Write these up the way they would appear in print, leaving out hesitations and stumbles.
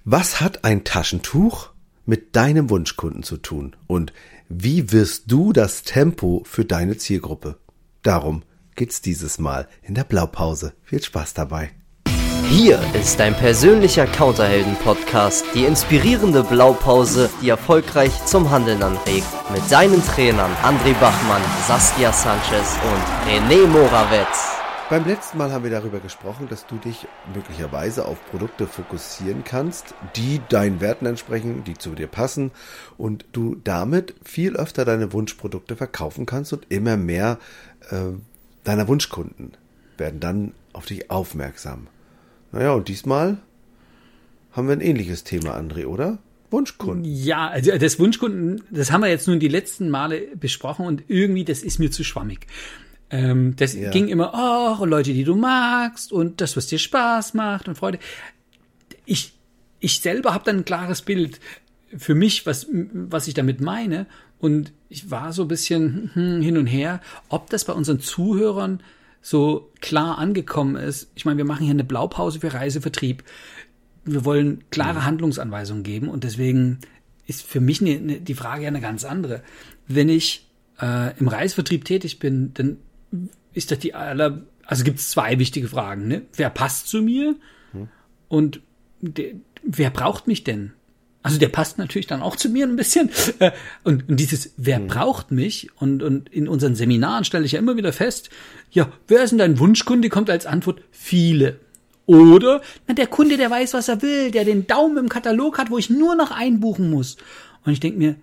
Was hat ein Taschentuch mit deinem Wunschkunden zu tun? Und wie wirst du das Tempo für deine Zielgruppe? Darum geht's dieses Mal in der Blaupause. Viel Spaß dabei. Hier ist dein persönlicher Counterhelden-Podcast, die inspirierende Blaupause, die erfolgreich zum Handeln anregt. Mit deinen Trainern André Bachmann, Saskia Sanchez und René Morawetz. Beim letzten Mal haben wir darüber gesprochen, dass du dich möglicherweise auf Produkte fokussieren kannst, die deinen Werten entsprechen, die zu dir passen und du damit viel öfter deine Wunschprodukte verkaufen kannst und immer mehr deiner Wunschkunden werden dann auf dich aufmerksam. Naja, und diesmal haben wir ein ähnliches Thema, André, oder? Wunschkunden. Ja, also das Wunschkunden, das haben wir jetzt nun die letzten Male besprochen und irgendwie, das ist mir zu schwammig. Ging immer, Leute, die du magst und das, was dir Spaß macht und Freude. Ich selber habe dann ein klares Bild für mich, was ich damit meine. Und ich war so ein bisschen hin und her, ob das bei unseren Zuhörern so klar angekommen ist. Ich meine, wir machen hier eine Blaupause für Reisevertrieb. Wir wollen klare Handlungsanweisungen geben und deswegen ist für mich die Frage ja eine ganz andere. Wenn ich im Reisevertrieb tätig bin, dann ist das also gibt es zwei wichtige Fragen, ne? Wer passt zu mir? Und wer braucht mich denn? Also der passt natürlich dann auch zu mir ein bisschen. Und dieses, wer braucht mich? Und in unseren Seminaren stelle ich ja immer wieder fest, ja, wer ist denn dein Wunschkunde? Kommt als Antwort, viele. Oder, der Kunde, der weiß, was er will, der den Daumen im Katalog hat, wo ich nur noch einbuchen muss. Und ich denke mir,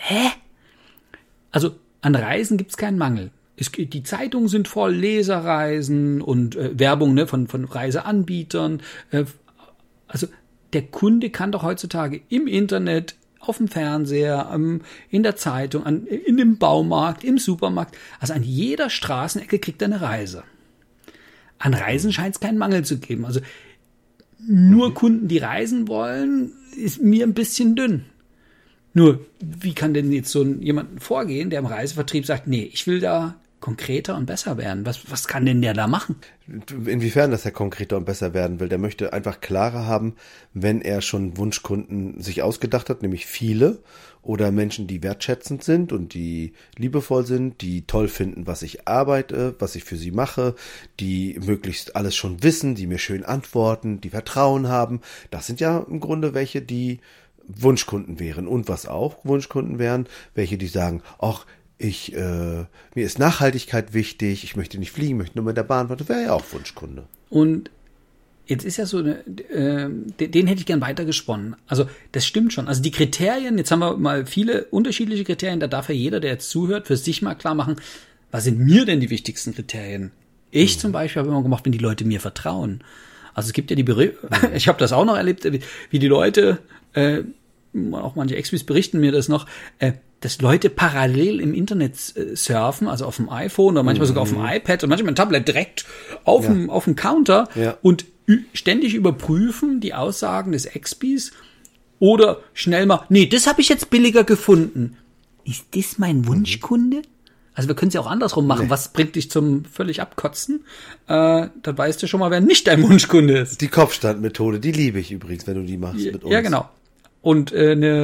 Also an Reisen gibt's keinen Mangel. Die Zeitungen sind voll, Leserreisen und Werbung von Reiseanbietern. Also der Kunde kann doch heutzutage im Internet, auf dem Fernseher, in der Zeitung, in dem Baumarkt, im Supermarkt, also an jeder Straßenecke kriegt er eine Reise. An Reisen scheint es keinen Mangel zu geben. Also nur Kunden, die reisen wollen, ist mir ein bisschen dünn. Nur, wie kann denn jetzt so jemand vorgehen, der im Reisevertrieb sagt, nee, ich will da konkreter und besser werden? Was kann denn der da machen? Inwiefern, dass er konkreter und besser werden will? Der möchte einfach klarer haben, wenn er schon Wunschkunden sich ausgedacht hat, nämlich viele oder Menschen, die wertschätzend sind und die liebevoll sind, die toll finden, was ich arbeite, was ich für sie mache, die möglichst alles schon wissen, die mir schön antworten, die Vertrauen haben. Das sind ja im Grunde welche, die Wunschkunden wären und was auch Wunschkunden wären, welche die sagen, ach, mir ist Nachhaltigkeit wichtig, ich möchte nicht fliegen, möchte nur mit der Bahn fahren, das wäre ja auch Wunschkunde. Und jetzt ist ja so, den hätte ich gern weitergesponnen. Also das stimmt schon. Also die Kriterien, jetzt haben wir mal viele unterschiedliche Kriterien, da darf ja jeder, der jetzt zuhört, für sich mal klar machen, was sind mir denn die wichtigsten Kriterien? Ich zum Beispiel habe immer gemacht, wenn die Leute mir vertrauen. Also es gibt ja ich habe das auch noch erlebt, wie die Leute, auch manche Expis berichten mir das noch, dass Leute parallel im Internet surfen, also auf dem iPhone oder manchmal sogar auf dem iPad und manchmal ein Tablet direkt auf dem Counter und ständig überprüfen die Aussagen des Expis oder schnell mal, nee, das habe ich jetzt billiger gefunden. Ist das mein Wunschkunde? Also wir können es ja auch andersrum machen. Nee. Was bringt dich zum völlig Abkotzen? Dann weißt du schon mal, wer nicht dein Wunschkunde ist. Die Kopfstandmethode, die liebe ich übrigens, wenn du die machst mit uns. Ja, genau. Und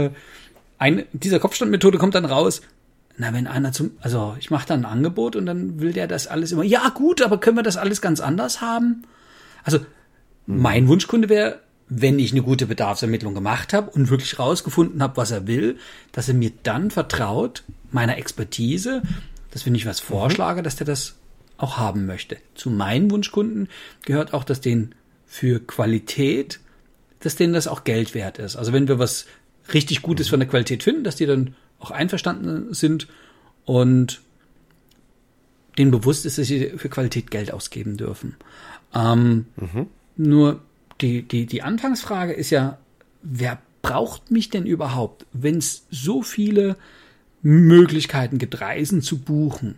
dieser Kopfstandmethode kommt dann raus, wenn einer ich mache dann ein Angebot und dann will der das alles immer, ja gut, aber können wir das alles ganz anders haben? Also mein Wunschkunde wäre, wenn ich eine gute Bedarfsermittlung gemacht habe und wirklich rausgefunden habe, was er will, dass er mir dann vertraut, meiner Expertise, dass wenn ich was vorschlage, dass der das auch haben möchte. Zu meinen Wunschkunden gehört auch, dass denen für Qualität, dass denen das auch Geld wert ist. Also wenn wir was richtig Gutes von der Qualität finden, dass die dann auch einverstanden sind und denen bewusst ist, dass sie für Qualität Geld ausgeben dürfen. Nur die Anfangsfrage ist ja, wer braucht mich denn überhaupt, wenn es so viele Möglichkeiten gibt, Reisen zu buchen?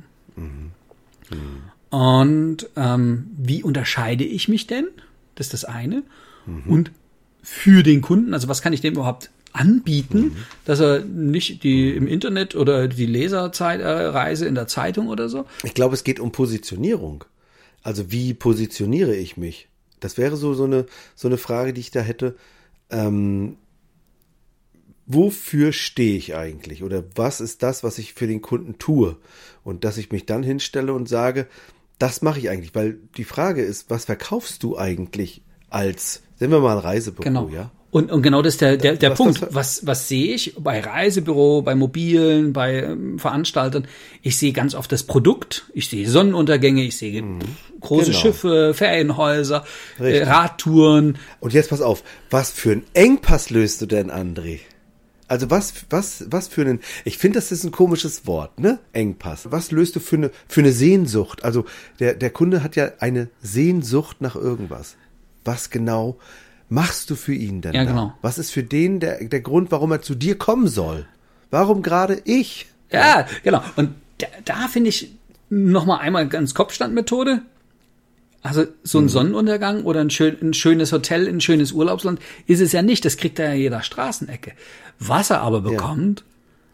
Und wie unterscheide ich mich denn? Das ist das eine. Und für den Kunden, also was kann ich dem überhaupt anbieten, dass er nicht die im Internet oder die Leserreise in der Zeitung oder so? Ich glaube, es geht um Positionierung. Also wie positioniere ich mich? Das wäre so eine Frage, die ich da hätte. wofür stehe ich eigentlich? Oder was ist das, was ich für den Kunden tue? Und dass ich mich dann hinstelle und sage, das mache ich eigentlich. Weil die Frage ist, was verkaufst du eigentlich als, nehmen wir mal ein Reisebüro, Genau. ja? Und genau das ist der Punkt. Was sehe ich bei Reisebüro, bei Mobilen, bei Veranstaltern? Ich sehe ganz oft das Produkt. Ich sehe Sonnenuntergänge, ich sehe große Schiffe, Ferienhäuser, Radtouren. Und jetzt pass auf, was für einen Engpass löst du denn, André? Also was für einen, ich finde, das ist ein komisches Wort, ne? Engpass. Was löst du für eine Sehnsucht? Also der Kunde hat ja eine Sehnsucht nach irgendwas. Was genau machst du für ihn denn da? Genau. Was ist für den der Grund, warum er zu dir kommen soll? Warum gerade ich? Ja, genau. Und da finde ich nochmal einmal ganz Kopfstandmethode. Also so ein Sonnenuntergang oder ein schönes Hotel, ein schönes Urlaubsland ist es ja nicht. Das kriegt er ja jeder Straßenecke. Was er aber bekommt,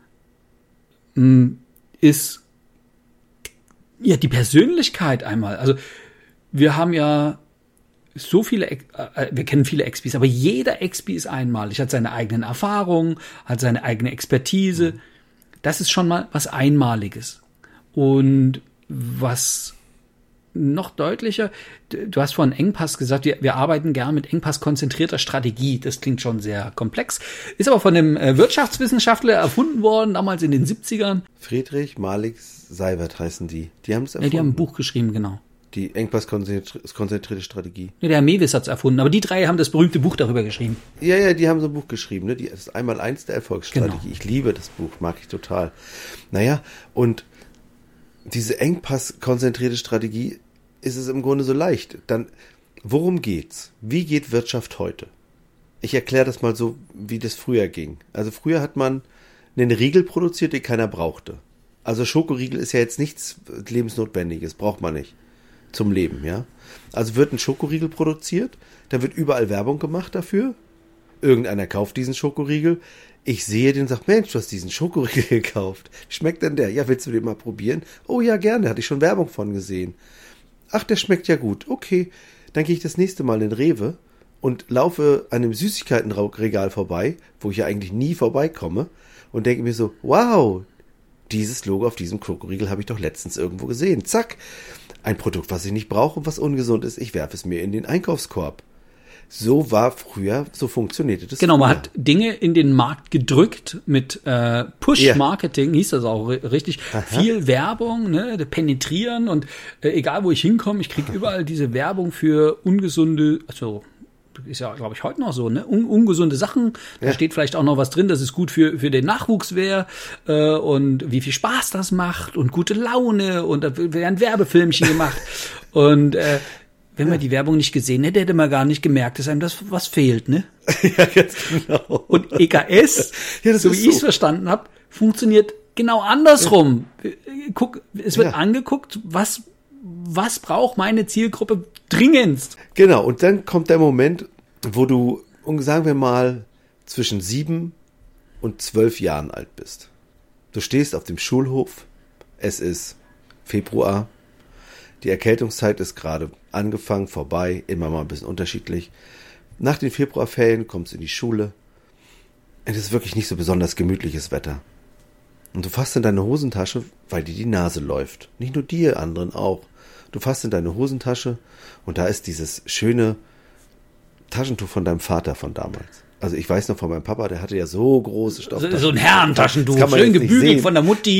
ist ja die Persönlichkeit einmal. Also wir haben ja so viele, wir kennen viele Expis, aber jeder Expi ist einmalig, hat seine eigenen Erfahrungen, hat seine eigene Expertise. Das ist schon mal was Einmaliges. Und was noch deutlicher, du hast vorhin Engpass gesagt, wir arbeiten gern mit engpasskonzentrierter Strategie. Das klingt schon sehr komplex. Ist aber von einem Wirtschaftswissenschaftler erfunden worden, damals in den 70ern. Friedrich Malix Seiwert heißen die. Die haben es erfunden. Ja, die haben ein Buch geschrieben, genau. Die engpasskonzentrierte Strategie. Ja, der Herr Mewis hat es erfunden, aber die drei haben das berühmte Buch darüber geschrieben. Ja, die haben so ein Buch geschrieben, ne? Das ist einmal eins der Erfolgsstrategie. Genau. Ich liebe das Buch, mag ich total. Naja, und diese engpasskonzentrierte Strategie ist es im Grunde so leicht. Dann, worum geht's? Wie geht Wirtschaft heute? Ich erkläre das mal so, wie das früher ging. Also früher hat man einen Riegel produziert, den keiner brauchte. Also Schokoriegel ist ja jetzt nichts Lebensnotwendiges, braucht man nicht zum Leben, ja. Also wird ein Schokoriegel produziert, dann wird überall Werbung gemacht dafür. Irgendeiner kauft diesen Schokoriegel. Ich sehe den und sage, Mensch, du hast diesen Schokoriegel gekauft. Wie schmeckt denn der? Ja, willst du den mal probieren? Oh ja, gerne, hatte ich schon Werbung von gesehen. Ach, der schmeckt ja gut. Okay, dann gehe ich das nächste Mal in Rewe und laufe an einem Süßigkeitenregal vorbei, wo ich ja eigentlich nie vorbeikomme und denke mir so, wow, dieses Logo auf diesem Schokoriegel habe ich doch letztens irgendwo gesehen. Zack, ein Produkt, was ich nicht brauche und was ungesund ist, ich werfe es mir in den Einkaufskorb. So war früher, so funktionierte das. Genau, man hat Dinge in den Markt gedrückt mit Push-Marketing, hieß das auch richtig. Aha. Viel Werbung, ne, penetrieren und egal wo ich hinkomme, ich kriege überall diese Werbung für ungesunde, also ist ja, glaube ich, heute noch so, ne, ungesunde Sachen. Da steht vielleicht auch noch was drin, dass es gut für den Nachwuchs wäre und wie viel Spaß das macht und gute Laune und da werden Werbefilmchen gemacht und wenn man die Werbung nicht gesehen hätte, hätte man gar nicht gemerkt, dass einem das was fehlt, ne? Ja, ganz genau. Und EKS, so wie ich es verstanden habe, funktioniert genau andersrum. Guck, es wird angeguckt, was braucht meine Zielgruppe dringendst. Genau, und dann kommt der Moment, wo du, sagen wir mal, zwischen 7 und 12 Jahren alt bist. Du stehst auf dem Schulhof, es ist Februar, die Erkältungszeit ist gerade angefangen, vorbei, immer mal ein bisschen unterschiedlich. Nach den Februarferien kommst du in die Schule. Es ist wirklich nicht so besonders gemütliches Wetter. Und du fasst in deine Hosentasche, weil dir die Nase läuft. Nicht nur dir, anderen auch. Du fasst in deine Hosentasche und da ist dieses schöne Taschentuch von deinem Vater von damals. Also ich weiß noch von meinem Papa, der hatte ja so große Stofftaschen. So ein Herrentaschentuch, schön gebügelt von der Mutti.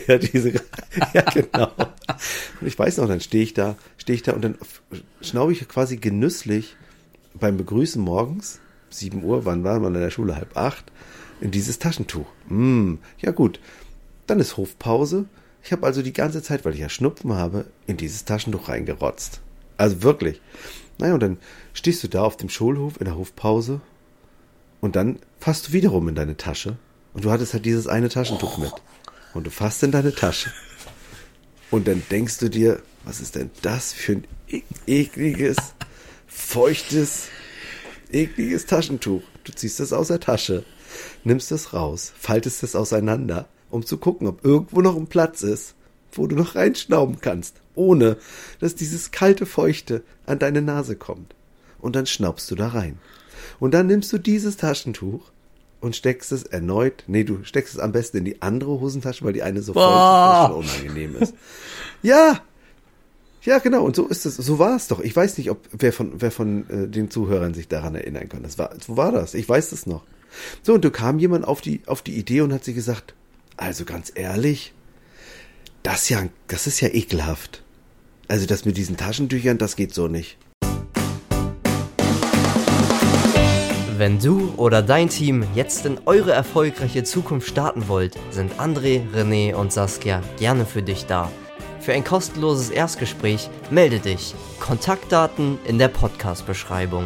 Ja, genau. Und ich weiß noch, dann stehe ich da und dann schnaube ich quasi genüsslich beim Begrüßen morgens, 7 Uhr, wann war man in der Schule, 7:30, in dieses Taschentuch. Ja gut, dann ist Hofpause. Ich habe also die ganze Zeit, weil ich ja Schnupfen habe, in dieses Taschentuch reingerotzt. Also wirklich. Naja, und dann stehst du da auf dem Schulhof in der Hofpause und dann fasst du wiederum in deine Tasche und du hattest halt dieses eine Taschentuch mit. Und du fasst in deine Tasche. Und dann denkst du dir, was ist denn das für ein ekliges, feuchtes, ekliges Taschentuch. Du ziehst das aus der Tasche, nimmst es raus, faltest es auseinander, um zu gucken, ob irgendwo noch ein Platz ist, wo du noch reinschnauben kannst, ohne dass dieses kalte, feuchte an deine Nase kommt. Und dann schnaubst du da rein. Und dann nimmst du dieses Taschentuch und steckst es erneut, du steckst es am besten in die andere Hosentasche, weil die eine so voll schon unangenehm ist. Ja, genau, und so ist es, so war es doch. Ich weiß nicht, wer von den Zuhörern sich daran erinnern kann. So war das, ich weiß es noch. So, und da kam jemand auf die Idee und hat sich gesagt, also ganz ehrlich, das ist ja ekelhaft. Also das mit diesen Taschentüchern, das geht so nicht. Wenn du oder dein Team jetzt in eure erfolgreiche Zukunft starten wollt, sind André, René und Saskia gerne für dich da. Für ein kostenloses Erstgespräch melde dich. Kontaktdaten in der Podcast-Beschreibung.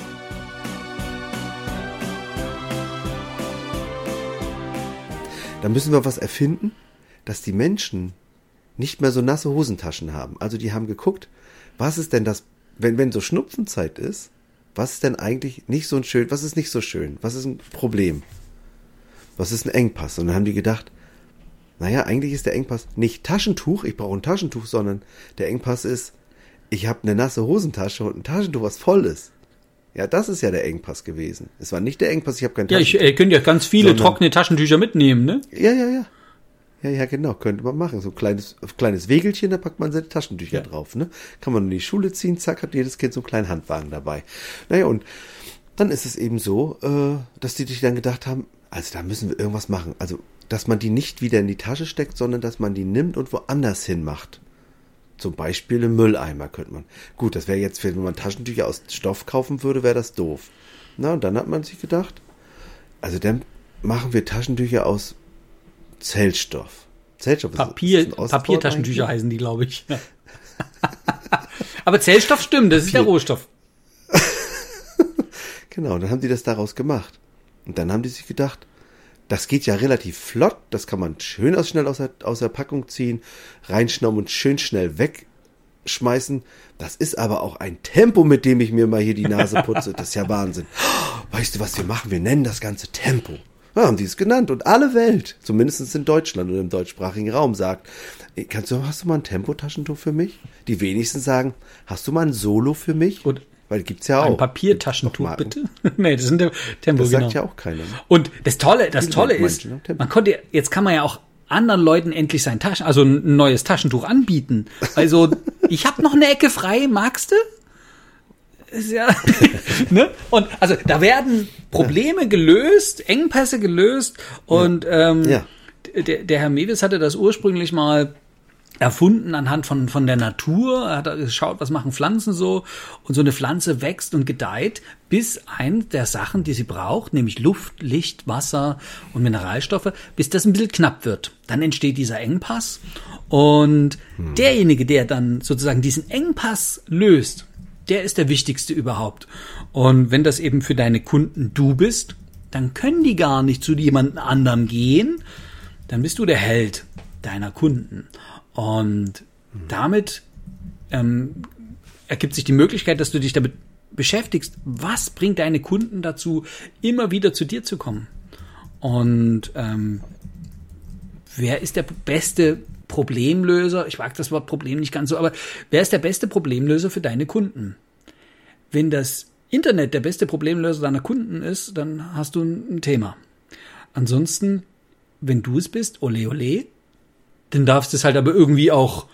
Da müssen wir was erfinden, dass die Menschen nicht mehr so nasse Hosentaschen haben. Also die haben geguckt, was ist denn das, wenn so Schnupfenzeit ist, was ist denn eigentlich nicht so schön, was ist nicht so schön, was ist ein Problem, was ist ein Engpass? Und dann haben die gedacht, naja, eigentlich ist der Engpass nicht Taschentuch, ich brauche ein Taschentuch, sondern der Engpass ist, ich habe eine nasse Hosentasche und ein Taschentuch, was voll ist. Ja, das ist ja der Engpass gewesen. Es war nicht der Engpass, ich habe kein Taschentuch. Ja, ich könnte ja ganz viele trockene Taschentücher mitnehmen, ne? Ja, genau, könnte man machen. So ein kleines Wägelchen, da packt man seine Taschentücher drauf, ne? Kann man in die Schule ziehen, zack, hat jedes Kind so einen kleinen Handwagen dabei. Naja, und dann ist es eben so, dass die sich dann gedacht haben, also da müssen wir irgendwas machen. Also, dass man die nicht wieder in die Tasche steckt, sondern dass man die nimmt und woanders hin macht. Zum Beispiel im Mülleimer könnte man. Gut, das wäre jetzt, wenn man Taschentücher aus Stoff kaufen würde, wäre das doof. Na, und dann hat man sich gedacht, also dann machen wir Taschentücher aus Zellstoff. Papiertaschentücher heißen die, glaube ich. Aber Zellstoff stimmt, das ist der Rohstoff. Genau, dann haben die das daraus gemacht. Und dann haben die sich gedacht, das geht ja relativ flott, das kann man schnell aus der Packung ziehen, reinschnauben und schön schnell wegschmeißen. Das ist aber auch ein Tempo, mit dem ich mir mal hier die Nase putze. Das ist ja Wahnsinn. Weißt du, was wir machen? Wir nennen das Ganze Tempo. Ja, haben die es genannt. Und alle Welt, zumindest in Deutschland oder im deutschsprachigen Raum, sagt, hast du mal ein Tempotaschentuch für mich? Die wenigsten sagen, hast du mal ein Solo für mich? Und weil gibt's ja auch. Ein Papiertaschentuch, bitte? Nee, das sind Tempo, das genau. sagt ja auch keiner. Ne? Und das Tolle ist, jetzt kann man ja auch anderen Leuten endlich also ein neues Taschentuch anbieten. Also, ich habe noch eine Ecke frei, magst du? Ist ja, ne? Und also da werden Probleme gelöst, Engpässe gelöst und der Herr Mewis hatte das ursprünglich mal erfunden anhand von der Natur. Er hat geschaut, was machen Pflanzen so, und so eine Pflanze wächst und gedeiht, bis eine der Sachen, die sie braucht, nämlich Luft, Licht, Wasser und Mineralstoffe, bis das ein bisschen knapp wird. Dann entsteht dieser Engpass und derjenige, der dann sozusagen diesen Engpass löst, der ist der wichtigste überhaupt. Und wenn das eben für deine Kunden du bist, dann können die gar nicht zu jemand anderem gehen, dann bist du der Held deiner Kunden. Und damit ergibt sich die Möglichkeit, dass du dich damit beschäftigst, was bringt deine Kunden dazu, immer wieder zu dir zu kommen. Und wer ist der beste Problemlöser? Ich mag das Wort Problem nicht ganz so, aber wer ist der beste Problemlöser für deine Kunden? Wenn das Internet der beste Problemlöser deiner Kunden ist, dann hast du ein Thema. Ansonsten, wenn du es bist, ole ole, dann darfst du es halt aber irgendwie auch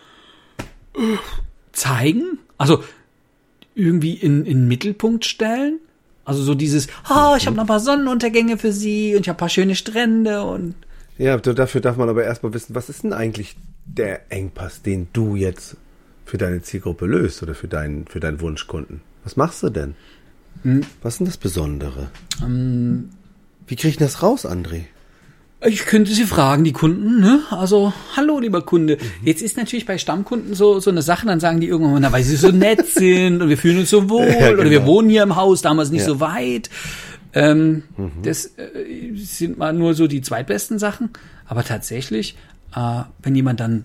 zeigen, also irgendwie in den Mittelpunkt stellen. Also so dieses, ich habe noch ein paar Sonnenuntergänge für Sie und ich habe ein paar schöne Strände und ja, dafür darf man aber erstmal wissen, was ist denn eigentlich der Engpass, den du jetzt für deine Zielgruppe löst oder für deinen Wunschkunden? Was machst du denn? Was ist denn das Besondere? Wie kriege ich das raus, André? Ich könnte Sie fragen, die Kunden, ne? Also, hallo, lieber Kunde. Jetzt ist natürlich bei Stammkunden so eine Sache, dann sagen die irgendwann, weil sie so nett sind und wir fühlen uns so wohl oder wir wohnen hier im Haus, damals nicht so weit. Das sind mal nur so die zweitbesten Sachen. Aber tatsächlich, wenn jemand dann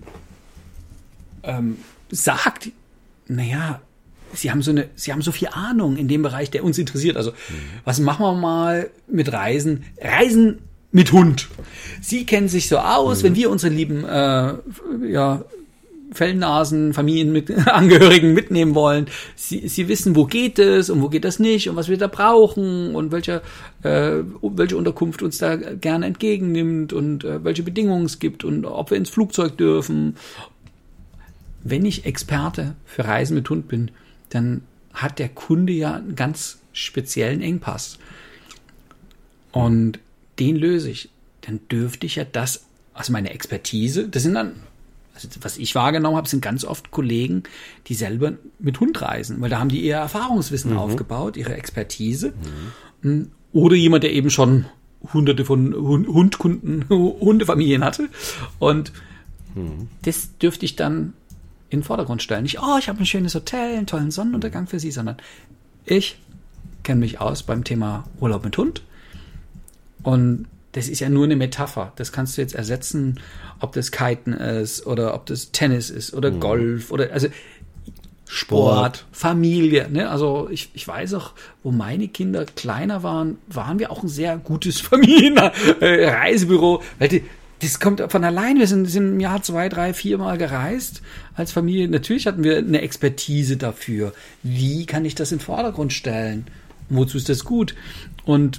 sagt, naja, Sie haben so viel Ahnung in dem Bereich, der uns interessiert. Also, was machen wir mal mit Reisen? Reisen mit Hund. Sie kennen sich so aus, wenn wir unsere lieben Fellnasen, Familienangehörigen mitnehmen wollen. Sie wissen, wo geht es und wo geht das nicht und was wir da brauchen und welche Unterkunft uns da gerne entgegennimmt und welche Bedingungen es gibt und ob wir ins Flugzeug dürfen. Wenn ich Experte für Reisen mit Hund bin, dann hat der Kunde ja einen ganz speziellen Engpass. Und den löse ich. Dann dürfte ich ja also meine Expertise, das sind dann, also was ich wahrgenommen habe, sind ganz oft Kollegen, die selber mit Hund reisen, weil da haben die eher Erfahrungswissen aufgebaut, ihre Expertise. Oder jemand, der eben schon hunderte von Hundefamilien hatte. Und das dürfte ich dann in den Vordergrund stellen. Nicht, ich habe ein schönes Hotel, einen tollen Sonnenuntergang für Sie, sondern ich kenne mich aus beim Thema Urlaub mit Hund. Und das ist ja nur eine Metapher. Das kannst du jetzt ersetzen, ob das Kiten ist oder ob das Tennis ist oder Golf oder also Sport, Familie. Ne? Also ich weiß auch, wo meine Kinder kleiner waren wir auch ein sehr gutes Familienreisebüro. Weil das kommt von allein. Wir sind im Jahr 2, 3, 4 Mal gereist als Familie. Natürlich hatten wir eine Expertise dafür. Wie kann ich das in den Vordergrund stellen? Wozu ist das gut? Und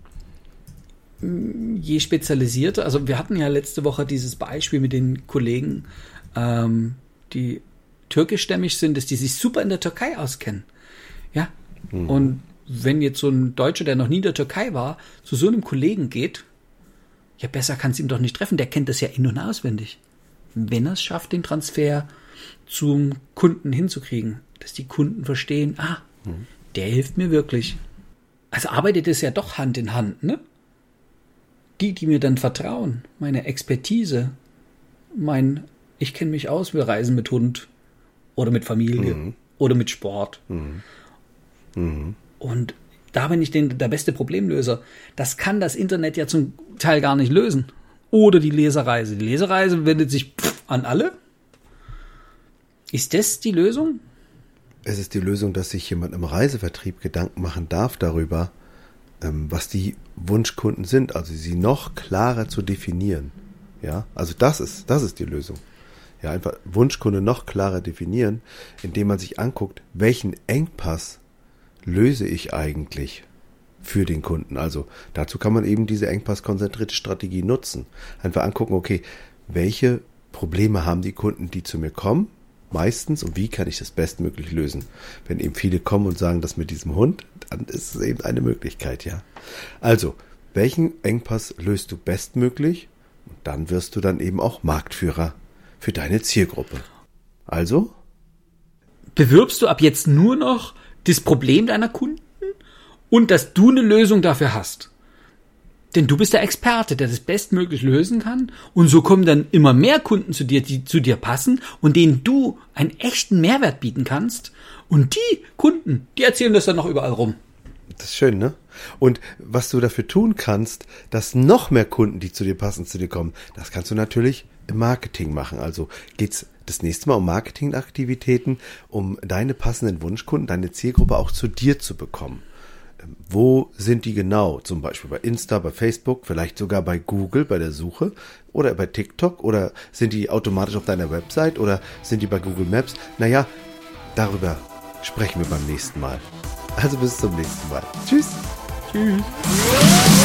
je spezialisierter, also wir hatten ja letzte Woche dieses Beispiel mit den Kollegen, die türkischstämmig sind, dass die sich super in der Türkei auskennen. Ja. Und wenn jetzt so ein Deutscher, der noch nie in der Türkei war, zu so einem Kollegen geht, ja, besser kann es ihm doch nicht treffen, der kennt das ja in- und auswendig. Wenn er es schafft, den Transfer zum Kunden hinzukriegen, dass die Kunden verstehen, der hilft mir wirklich. Also arbeitet es ja doch Hand in Hand, ne? Die mir dann vertrauen, meine Expertise, ich kenne mich aus, wir reisen mit Hund oder mit Familie oder mit Sport. Und da bin ich der beste Problemlöser. Das kann das Internet ja zum Teil gar nicht lösen. Oder die Leserreise. Die Leserreise wendet sich an alle. Ist das die Lösung? Es ist die Lösung, dass sich jemand im Reisevertrieb Gedanken machen darf darüber, was die Wunschkunden sind, also sie noch klarer zu definieren. Ja, also das ist die Lösung. Ja, einfach Wunschkunde noch klarer definieren, indem man sich anguckt, welchen Engpass löse ich eigentlich für den Kunden. Also dazu kann man eben diese engpasskonzentrierte Strategie nutzen. Einfach angucken, okay, welche Probleme haben die Kunden, die zu mir kommen, meistens, und wie kann ich das bestmöglich lösen? Wenn eben viele kommen und sagen, das mit diesem Hund, dann ist es eben eine Möglichkeit, ja. Also, welchen Engpass löst du bestmöglich? Und dann wirst du dann eben auch Marktführer für deine Zielgruppe. Also? Bewirbst du ab jetzt nur noch das Problem deiner Kunden und dass du eine Lösung dafür hast? Denn du bist der Experte, der das bestmöglich lösen kann. Und so kommen dann immer mehr Kunden zu dir, die zu dir passen und denen du einen echten Mehrwert bieten kannst. Und die Kunden, die erzählen das dann noch überall rum. Das ist schön, ne? Und was du dafür tun kannst, dass noch mehr Kunden, die zu dir passen, zu dir kommen, das kannst du natürlich im Marketing machen. Also geht's das nächste Mal um Marketingaktivitäten, um deine passenden Wunschkunden, deine Zielgruppe auch zu dir zu bekommen. Wo sind die genau? Zum Beispiel bei Insta, bei Facebook, vielleicht sogar bei Google, bei der Suche oder bei TikTok, oder sind die automatisch auf deiner Website oder sind die bei Google Maps? Naja, darüber sprechen wir beim nächsten Mal. Also bis zum nächsten Mal. Tschüss. Tschüss.